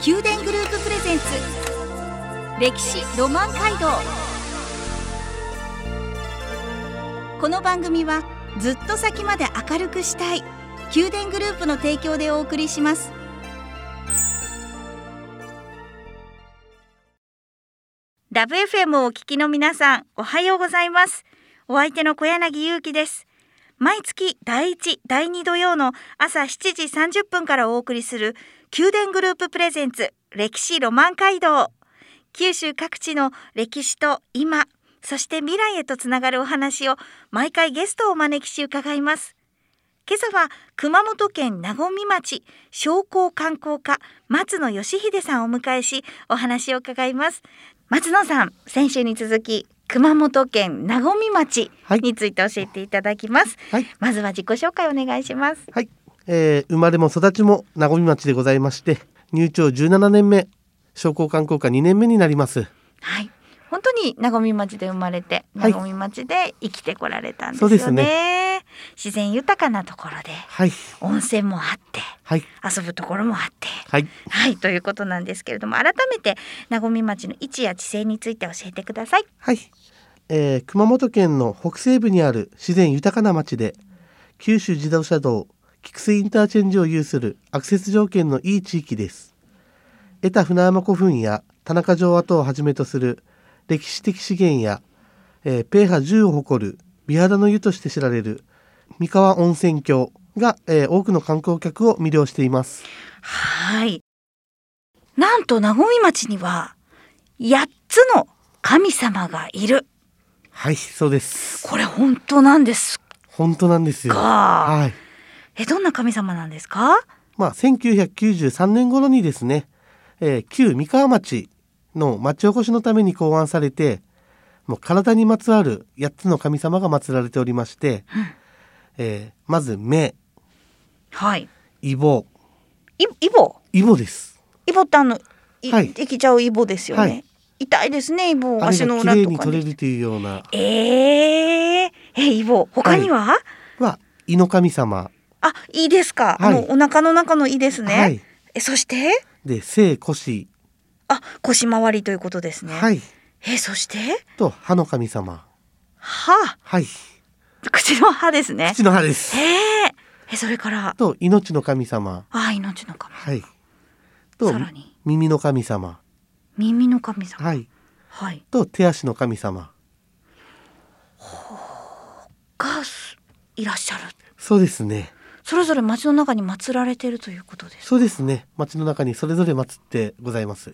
宮殿グループプレゼンツ歴史ロマン街道。この番組はずっと先まで明るくしたい宮殿グループの提供でお送りします。ラブ FM をお聞きの皆さん、おはようございます。お相手の小柳ゆうきです。毎月第1、第2土曜の朝7時30分からお送りする宮殿グループプレゼンツ歴史ロマン街道。九州各地の歴史と今、そして未来へとつながるお話を毎回ゲストをお招きし伺います。今朝は熊本県和水町商工観光課松野義秀さんをお迎えしお話を伺います。松野さん、先週に続き熊本県和水町について教えていただきます、はい、まずは自己紹介お願いします。 はい、生まれも育ちも和水町でございまして、入庁17年目、商工観光課2年目になります。 はい、本当に和水町で生まれて、和水町で生きてこられたんですよね。 そうですね。 自然豊かなところで、はい、温泉もあって、はい、遊ぶところもあって、はいはい、ということなんですけれども、改めて和水町の位置や地勢について教えてください。 はい、熊本県の北西部にある自然豊かな町で、九州自動車道菊水インターチェンジを有するアクセス条件のいい地域です。江田船山古墳や田中城跡をはじめとする歴史的資源や、ペーハ10を誇る美肌の湯として知られる三河温泉郷が、多くの観光客を魅了しています。 はい、なんと和水町には8つの神様がいる。 はい、そうです。 これ本当なんですか？ 本当なんですよ。はい、 どんな神様なんですか ？1993年頃にですね、旧三河町の町おこしのために考案されて、もう体にまつわる8つの神様が祀られておりまして、まず目、 はい、 イボ、 イボです。イボってはい、 できちゃうイボですよね、はい、痛いですね、イボ。足の裏とか、ね、 あれが綺麗に取れるというような。 イボ、他には、 胃の神様。 いいですか、はい、お腹の中の胃ですね、はい、そしてで正腰、 腰回りということですね、 はい、 そしてと歯の神様。 歯、はい、口の歯ですね。 口の歯です。 それからと命の神様。 命の神様、はい、 とさらに耳の神様。 耳の神様、 はいはい、 と手足の神様がいらっしゃる。 そうですね。 それぞれ町の中に祀られているということですか？ そうですね。町の中にそれぞれ祀ってございます。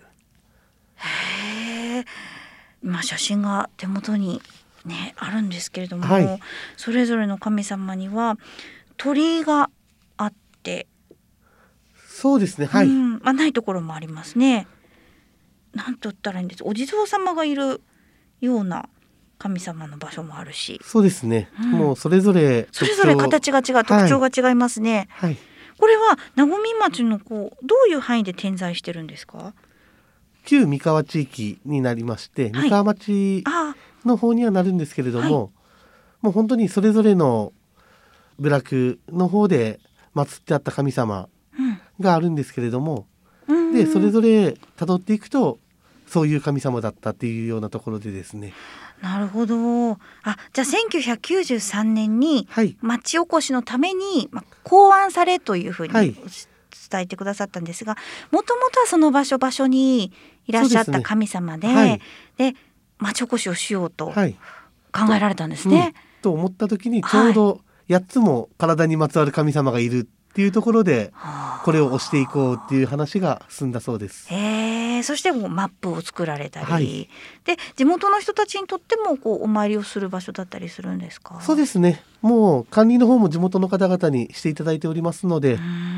今写真が手元にねあるんですけれども、はい、それぞれの神様には鳥居があって、 そうですね、はい、 ないところもありますね。なんと言ったらいいんです。お地蔵様がいるような神様の場所もあるし。 そうですね、もうそれぞれ形が違う、特徴が違いますね、はい、これは和水町のどういう範囲で点在してるんですか？ 旧三河地域になりまして、三河町の方にはなるんですけれども、もう本当にそれぞれの部落の方で祀ってあった神様があるんですけれども、でそれぞれ辿っていくとそういう神様だったっていうようなところでですね。 なるほど。じゃあ1993年に町おこしのために考案されというふうに伝えてくださったんですが、もともとはその場所にいらっしゃった神様 で町おこしをしようと考えられたんですね、 と思った時にちょうど8つも体にまつわる神様がいるっていうところで、これを推していこうっていう話が進んだそうです。 そしてマップを作られたり、で地元の人たちにとってもお参りをする場所だったりするんですか？ そうですね、もう管理の方も地元の方々にしていただいておりますので。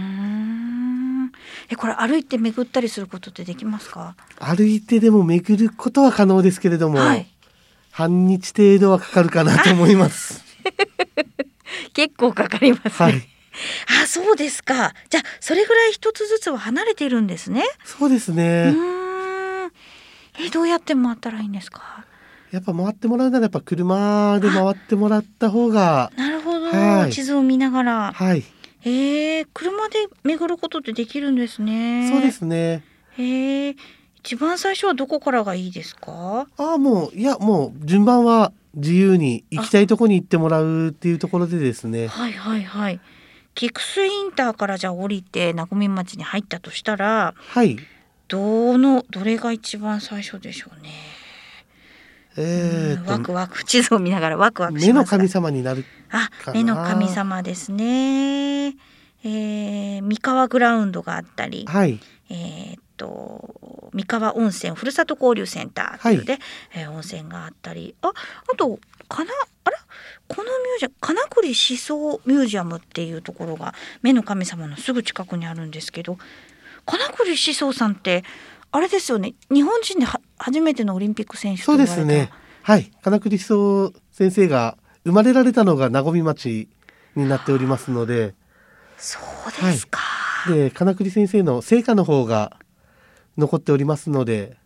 これ歩いて巡ったりすることってできますか？ 歩いてでも巡ることは可能ですけれども、半日程度はかかるかなと思います結構かかりますね、そうですか。じゃあそれぐらい一つずつは離れているんですね。 そうですね。 どうやって回ったらいいんですか？ やっぱ回ってもらうならやっぱ車で回ってもらった方が。 なるほど、地図を見ながら。車で巡ることってできるんですね。 そうですね。 一番最初はどこからがいいですか？ もう順番は自由に行きたいところに行ってもらうっていうところでですね。 菊水インターからじゃあ降りて名古屋町に入ったとしたら、どれが一番最初でしょうね。ワクワク、地図を見ながらワクワクしますが。 目の神様になるかな。 目の神様ですね。三河グラウンドがあったり、三河温泉ふるさと交流センターというで、温泉があったり、あとこのミュージアム、金栗思想ミュージアムっていうところが目の神様のすぐ近くにあるんですけど、金栗思想さんってあれですよね、日本人で初めてのオリンピック選手と言われた。 そうですね。金栗思想先生が生まれられたのが名古屋町になっておりますので。 そうですか。 で、金栗先生の生家の方が残っておりますので。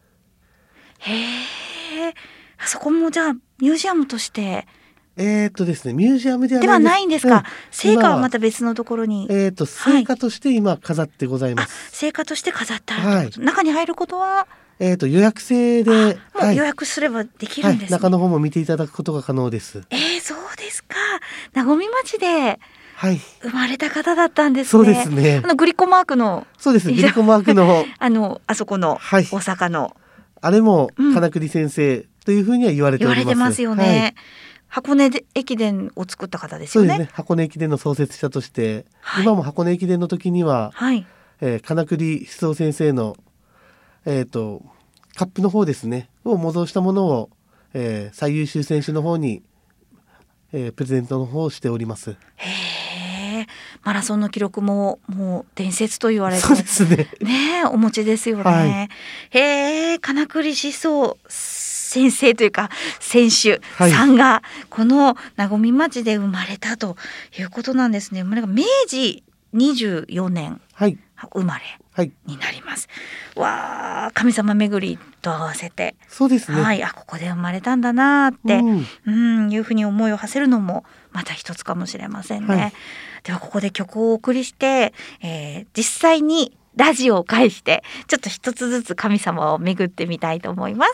そこもじゃあミュージアムとしてですね、ミュージアムではないんですか。生家はまた別のところに。 生家として今飾ってございます。 生家として飾ってある。中に入ることは予約制で、 もう予約すればできるんですね。 中の方も見ていただくことが可能です。 そうですか。名古屋町で生まれた方だったんですね。 そうですね。 グリコマークの。 そうです。グリコマークのあそこの大阪の、 あれも金栗先生というふうには言われております。 言われてますよね。箱根駅伝を作った方ですよね。 そうですね。箱根駅伝の創設者として、今も箱根駅伝の時には、金栗思想先生のカップの方ですねを模造したものを、最優秀選手の方に、プレゼントの方をしております。 マラソンの記録ももう伝説と言われて、 そうですね。 お持ちですよね。金栗思想先生というか選手さんがこの名古屋町で生まれたということなんですね。明治24年生まれになります。わー、神様巡りと合わせて、 そうですね。 ここで生まれたんだなっていうふうに思いを馳せるのもまた一つかもしれませんね。ではここで曲をお送りして、実際にラジオを介してちょっと一つずつ神様を巡ってみたいと思います。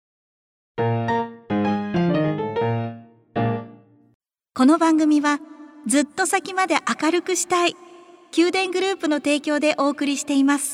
この番組はずっと先まで明るくしたい宮殿グループの提供でお送りしています。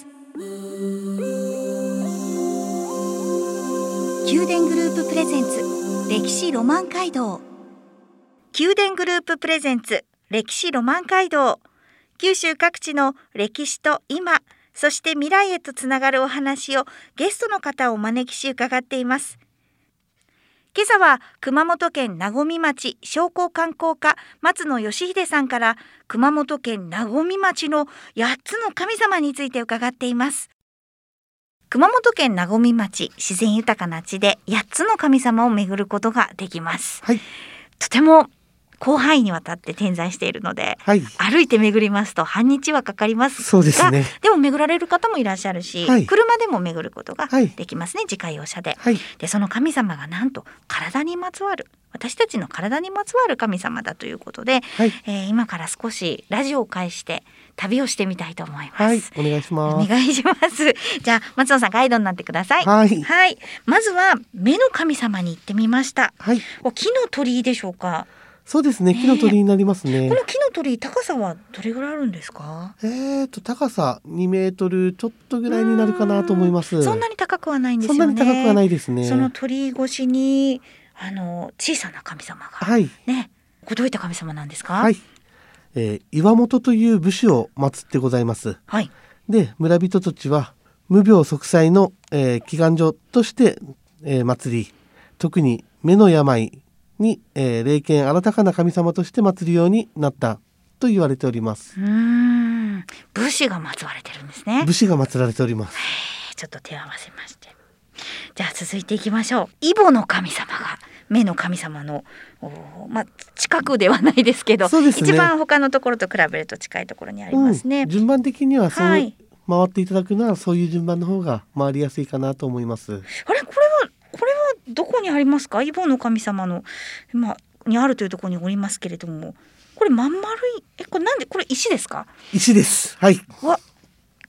宮殿グループプレゼンツ歴史ロマン街道。宮殿グループプレゼンツ歴史ロマン街道。九州各地の歴史と今、そして未来へとつながるお話をゲストの方をお招きし伺っています。今朝は熊本県和水町商工観光課松野義秀さんから熊本県和水町の8つの神様について伺っています。熊本県和水町、自然豊かな地で8つの神様を巡ることができます。とても広範囲にわたって点在しているので、歩いて巡りますと半日はかかりますが、 そうですね。 でも巡られる方もいらっしゃるし、車でも巡ることができますね、自家用車で。でその神様がなんと体にまつわる、私たちの体にまつわる神様だということで、今から少しラジオを介して旅をしてみたいと思います。 お願いします。 お願いします。じゃあ松野さんガイドになってください。まずは目の神様に行ってみました。木の鳥居でしょうか。 そうですね、木の鳥居になりますね。 この木の鳥居、高さはどれぐらいあるんですか。 高さ2メートルちょっとぐらいになるかなと思います。 そんなに高くはないんですよね。 そんなに高くはないですね。 その鳥居越しに小さな神様が、これどういった神様なんですか。 岩本という武士を祀ってございます。で村人たちは無病息災の、祈願所として、祀り、特に目の病に、霊験新たかな神様として祀るようになったと言われております。 武士が祀られてるんですね。 武士が祀られております。 ちょっと手を合わせまして、じゃあ続いていきましょう。イボの神様が目の神様の、近くではないですけど、一番他のところと比べると近いところにありますね。 順番的にはそう、回っていただくのはそういう順番の方が回りやすいかなと思います。 これはどこにありますか。イボの神様の、にあるというところにおりますけれども、これまん丸い、これ石ですか。 石です。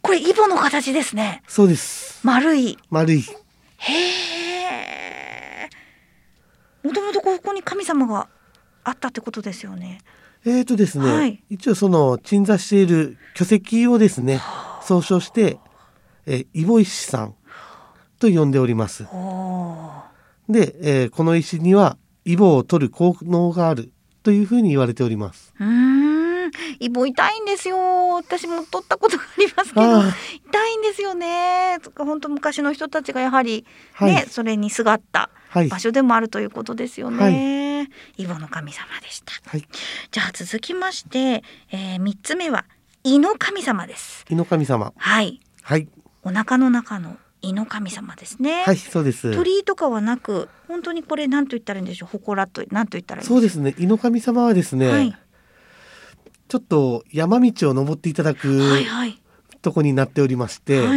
これイボの形ですね。 そうです。 丸い。 丸い。 へえ。もともとここに神様があったってことですよね。 ですね、 はい、 一応その鎮座している巨石をですね総称してイボ石さんと呼んでおります。で、この石にはイボを取る効能があるというふうに言われております。 イボ痛いんですよ。私も取ったことがありますけど痛いんですよね。本当昔の人たちがやはりね、はい、それにすがった場所でもあるということですよね。はい、イボの神様でした。はい、じゃあ続きまして、3つ目は胃の神様です。 胃の神様。 はい。 はい。 お腹の中の胃の神様ですね。 はい、そうです。 鳥居とかはなく、本当にこれ何と言ったらいいんでしょう。祠と何と言ったらいいんでしょう。 そうですね。胃の神様はですね、はい、ちょっと山道を登っていただく、はいはい、とこになっておりまして、はい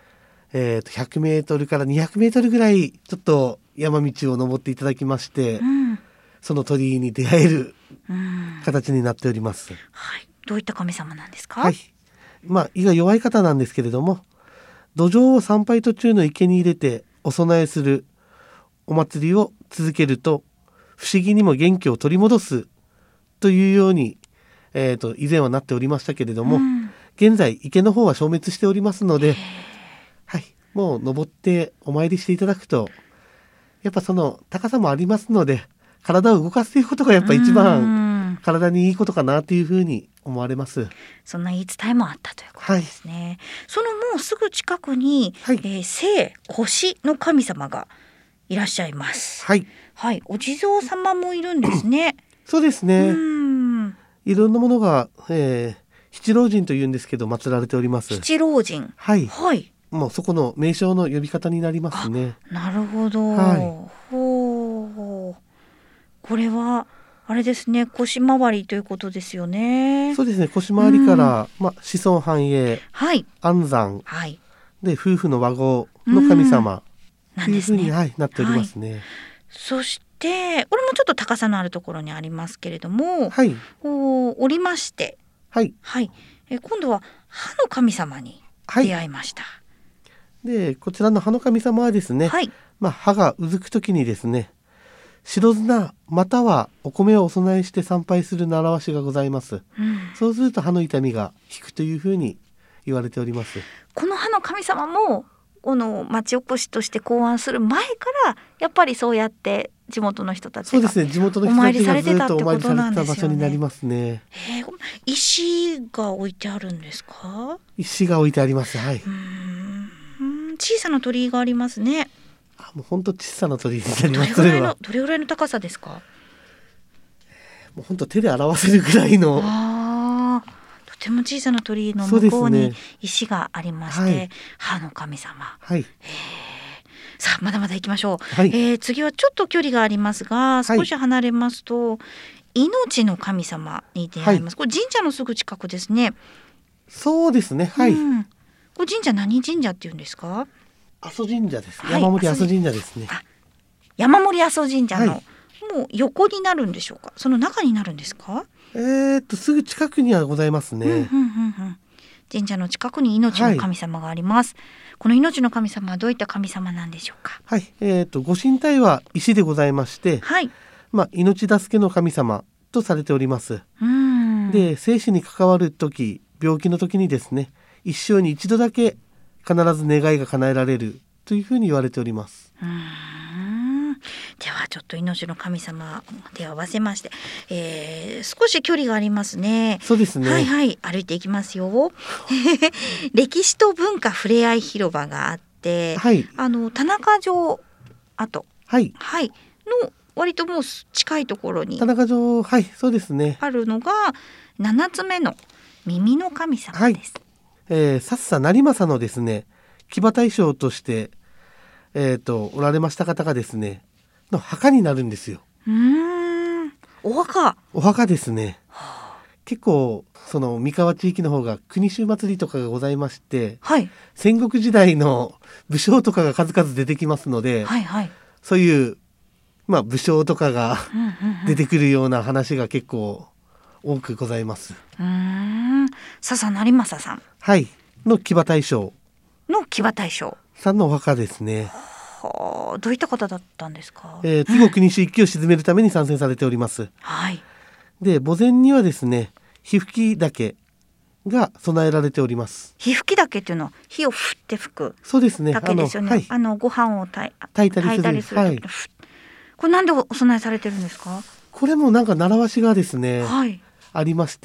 、100メートルから200メートルぐらいちょっと山道を登っていただきまして、その鳥居に出会える形になっております。 はい、どういった神様なんですか？ はい、胃が弱い方なんですけれども、土壌を参拝途中の池に入れてお供えするお祭りを続けると不思議にも元気を取り戻すというように、以前はなっておりましたけれども、現在池の方は消滅しておりますので、はい、もう登ってお参りしていただくとやっぱその高さもありますので、体を動かすということがやっぱ一番体にいいことかなというふうに思われます。 そんな言い伝えもあったということですね。はい、そのもうすぐ近くに、はい、聖腰の神様がいらっしゃいます。はい、はい、お地蔵様もいるんですね。 そうですね。いろんなものが、七老神というんですけど祀られております。 七老神。 はい。 はい。 もうそこの名称の呼び方になりますね。 なるほど。はい、ほう。これはあれですね、腰回りということですよね。 そうですね、腰回りから、子孫繁栄、はい、安産、はい、で夫婦の和合の神様というふうに、はい、なっておりますね。はい、 そしてこれもちょっと高さのあるところにありますけれども、はい、降りまして、はいはい、今度は歯の神様に出会いました。はい、 でこちらの歯の神様はですね、はい、歯がうずくときにですね、白砂またはお米をお供えして参拝する習わしがございます。そうすると歯の痛みが引くというふうに言われております。 この歯の神様もこの町おこしとして考案する前からやっぱりそうやって地元の人たちがお参りされてたってことなんですよね。 場所になりますね。 石が置いてあるんですか？ 石が置いてあります。はい。 小さな鳥居がありますね。 もう本当小さな鳥居になります。 どれぐらいの高さですか？ もう本当手で表せるぐらいの。 とても小さな鳥居の向こうに石がありまして、ね、歯の神様。はい。さあまだまだ行きましょう。はい、次はちょっと距離がありますが、少し離れますと、命の神様に出会います。これ神社のすぐ近くですね。 そうですね。はい。 これ神社何神社っていうんですか？ 阿蘇神社です。山森阿蘇神社ですね。 山森阿蘇神社の、もう横になるんでしょうか？その中になるんですか？ すぐ近くにはございますね。 神社の近くに命の神様があります。この命の神様はどういった神様なんでしょうか？ はい。ご神体は石でございまして、はい。命助けの神様とされております。で、生死に関わる時、病気の時にですね、一生に一度だけ必ず願いが叶えられるというふうに言われております。 ではちょっと命の神様手を合わせまして、少し距離がありますね。 そうですね。 はいはい、歩いていきますよ。歴史と文化ふれあい広場があって、はい、田中城跡、はいはい、の割ともう近いところに田中城、はい、そうですね、 あるのが7つ目の耳の神様です。 はい、さっさ成政のですね騎馬大将として、おられました方がですねの墓になるんですよ。 お墓ですね。結構その三河地域の方が国衆祭りとかがございまして、はい、戦国時代の武将とかが数々出てきますので、はいはい、そういう、武将とかが出てくるような話が結構多くございます。 笹成政さん、 はい、 の騎馬大将さんのお墓ですね。 はあ、どういった方だったんですか？ 肥後国主一揆を鎮めるために参戦されております。 はい。 で墓前にはですね、火吹き竹が備えられております。 火吹き竹っていうのは火を振って吹くそうですね。 竹ですよね。ご飯を炊いたりする時に、これなんでお供えされてるんですか？ これもなんか習わしがですね、ありまして、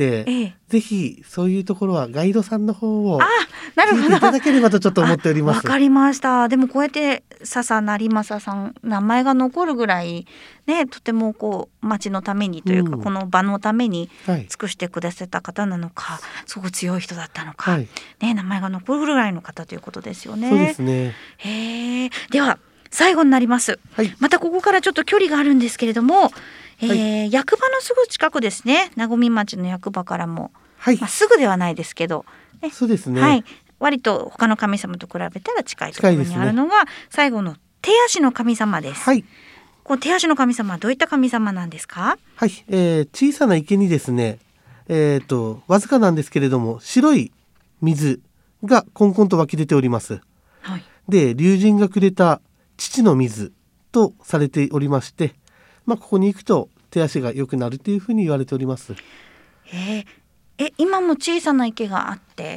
ぜひそういうところはガイドさんの方を聞いていただければとちょっと思っております。 わかりました。でもこうやって笹成政さん名前が残るぐらいね、とてもこう町のためにというか、この場のために尽くしてくださった方なのか、すごく強い人だったのか、ね、名前が残るぐらいの方ということですよね。 そうですね。 では最後になります、またここからちょっと距離があるんですけれども、役場のすぐ近くですね、和水町の役場からも、すぐではないですけど、 そうですね、 割と他の神様と比べたら近いところにあるのが、最後の手足の神様です。この手足の神様はどういった神様なんですか？ 小さな池にですね、わずかなんですけれども白い水がこんこんと湧き出ております。で龍神がくれた父の水とされておりまして、ここに行くと手足が良くなるというふうに言われております。 今も小さな池があって、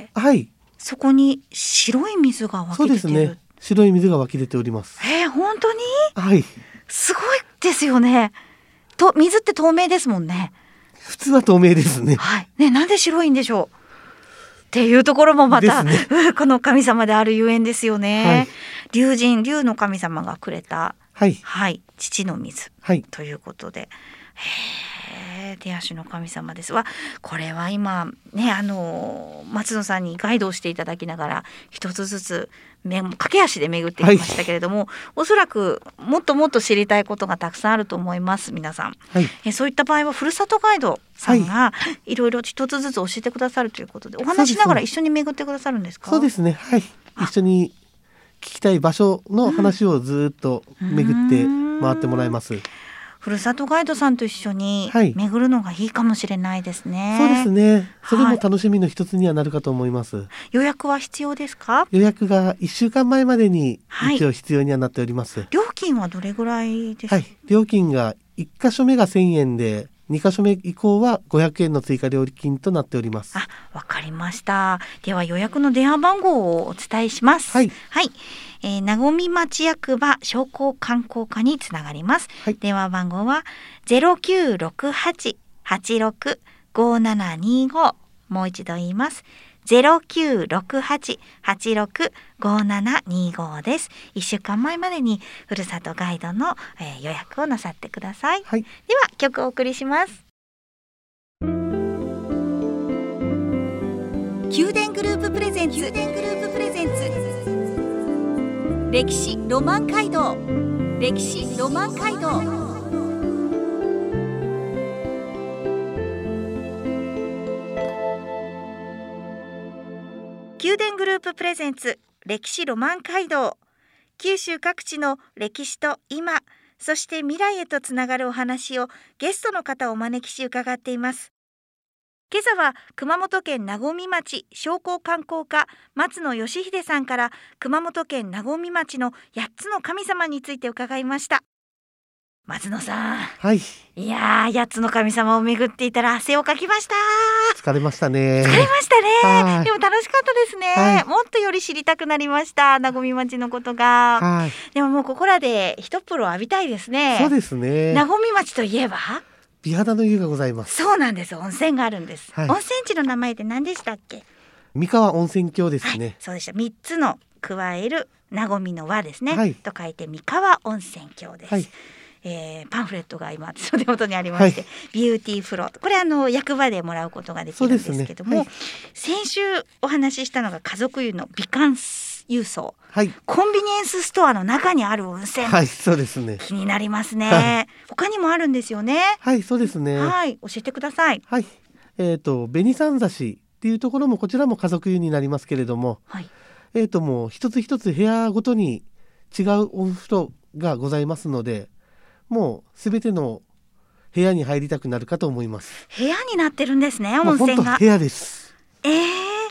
そこに白い水が湧き出てる。 そうですね、白い水が湧き出ております。 本当に、すごいですよね。水って透明ですもんね。 普通は透明ですね。 なんで白いんでしょうっていうところもまた、この神様であるゆえんですよね。龍神、龍の神様がくれた、父の水、ということで、手足の神様ですわ。これは今ね、松野さんにガイドをしていただきながら一つずつ駆け足で巡ってきましたけれども、おそらくもっともっと知りたいことがたくさんあると思います。皆さん、そういった場合はふるさとガイドさんがいろいろ一つずつ教えてくださるということで、お話しながら一緒に巡ってくださるんですか？ そうですね、一緒に聞きたい場所の話をずっと巡って回ってもらいます。 ふるさとガイドさんと一緒に巡るのがいいかもしれないですね。 そうですね、それも楽しみの一つにはなるかと思います。 予約は必要ですか？ 予約が1週間前までに一応必要にはなっております。 料金はどれぐらいですか？ 料金が1箇所目が1000円で、2箇所目以降は500円の追加料金となっております。 わかりました。では予約の電話番号をお伝えします。和水町役場商工観光課につながります。電話番号は 0968-865725、もう一度言います。0968-865725です。1週間前までにふるさとガイドの、予約をなさってください。では曲をお送りします。宮殿グループプレゼンツ、歴史ロマン街道、歴史ロマン街道。宮殿グループプレゼンツ、歴史ロマン街道。九州各地の歴史と今、そして未来へとつながるお話をゲストの方をお招きし伺っています。今朝は熊本県和水町商工観光課松野義秀さんから熊本県和水町の8つの神様について伺いました。松野さん、いやー、8つの神様を巡っていたら汗をかきました。 疲れましたね。 でも楽しかったですね。もっとより知りたくなりました、和水町のことが。でももうここらで一風呂浴びたいですね。 そうですね。 和水町といえば美肌の湯がございます。 そうなんです。温泉があるんです。温泉地の名前って何でしたっけ？ 三河温泉郷ですね。 そうでした。3つの加える和水の和ですね、と書いて三河温泉郷です。パンフレットが今お手元にありまして、ビューティーフロー、これ役場でもらうことができるんですけども、先週お話ししたのが家族湯の美観郵送、コンビニエンスストアの中にある温泉、 そうですね、 気になりますね。他にもあるんですよね。 そうですね。 教えてください。 紅三差しっていうところも、こちらも家族湯になりますけれども、もう一つ一つ部屋ごとに違うお風呂がございますので、もうすべての部屋に入りたくなるかと思います。 部屋になってるんですね、温泉が。 部屋です。 と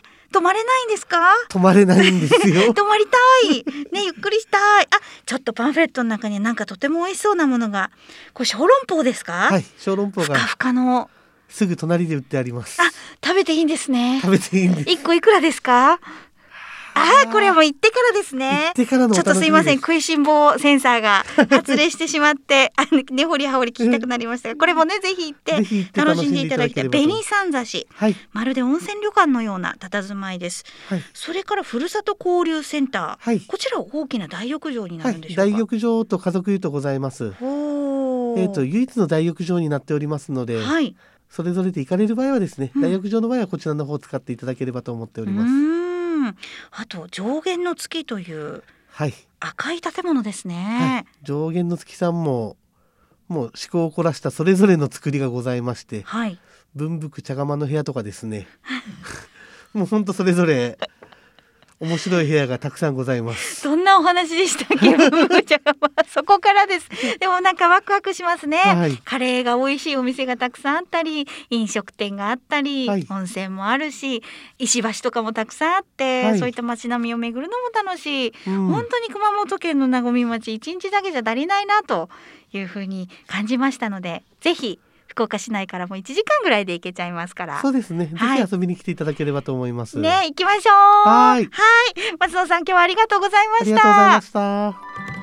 まれないんですか？ 止まれないんですよ泊まりたいね、ゆっくりしたい。ちょっとパンフレットの中になんかとても美味しそうなものが、これ小籠包ですか？ はい、小籠包がふかふかの。 すぐ隣で売ってあります。 食べていいんですね。 食べていいんです。 1個いくらですか？これはもう行ってからですね。 行ってからのお楽しみです。 ちょっとすいません、食いしん坊センサーが発令してしまって根掘り葉掘り聞きたくなりましたが、これもねぜひ行って楽しんでいただきたい。紅さんざし、 はい、 まるで温泉旅館のような佇まいです。はい、それからふるさと交流センター、はい、こちらは大きな大浴場になるんでしょうか？ はい、大浴場と家族湯とございます。唯一の大浴場になっておりますので、はい、それぞれで行かれる場合はですね、大浴場の場合はこちらの方を使っていただければと思っております。 あと上限の月というはい、 赤い建物ですね。 はい、上限の月さんももう思考を凝らしたそれぞれの作りがございまして、はい、文福茶釜の部屋とかですねもうほんとそれぞれ面白い部屋がたくさんございます。 そんなお話でしたっけ？そこからです。でもなんかワクワクしますね。はい、カレーが美味しいお店がたくさんあったり、飲食店があったり、はい、温泉もあるし、石橋とかもたくさんあって、はい、そういった街並みを巡るのも楽しい、本当に熊本県の和み町1日だけじゃ足りないなというふうに感じましたので、ぜひ福岡市内からも1時間ぐらいで行けちゃいますから。 そうですね、はい、ぜひ遊びに来ていただければと思いますね。行きましょう。はい、松野さん今日はありがとうございました。 ありがとうございました。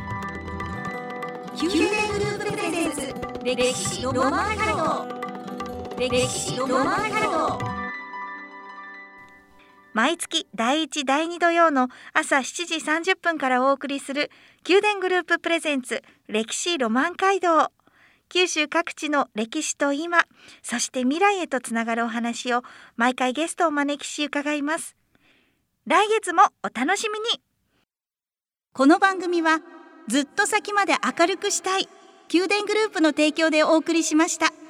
宮殿グループプレゼンツ歴史ロマン街道、歴史ロマン街道。毎月第1第2土曜の朝7時30分からお送りする宮殿グループプレゼンツ歴史ロマン街道。九州各地の歴史と今、そして未来へとつながるお話を毎回ゲストをお招きし伺います。来月もお楽しみに。この番組はずっと先まで明るくしたい宮殿グループの提供でお送りしました。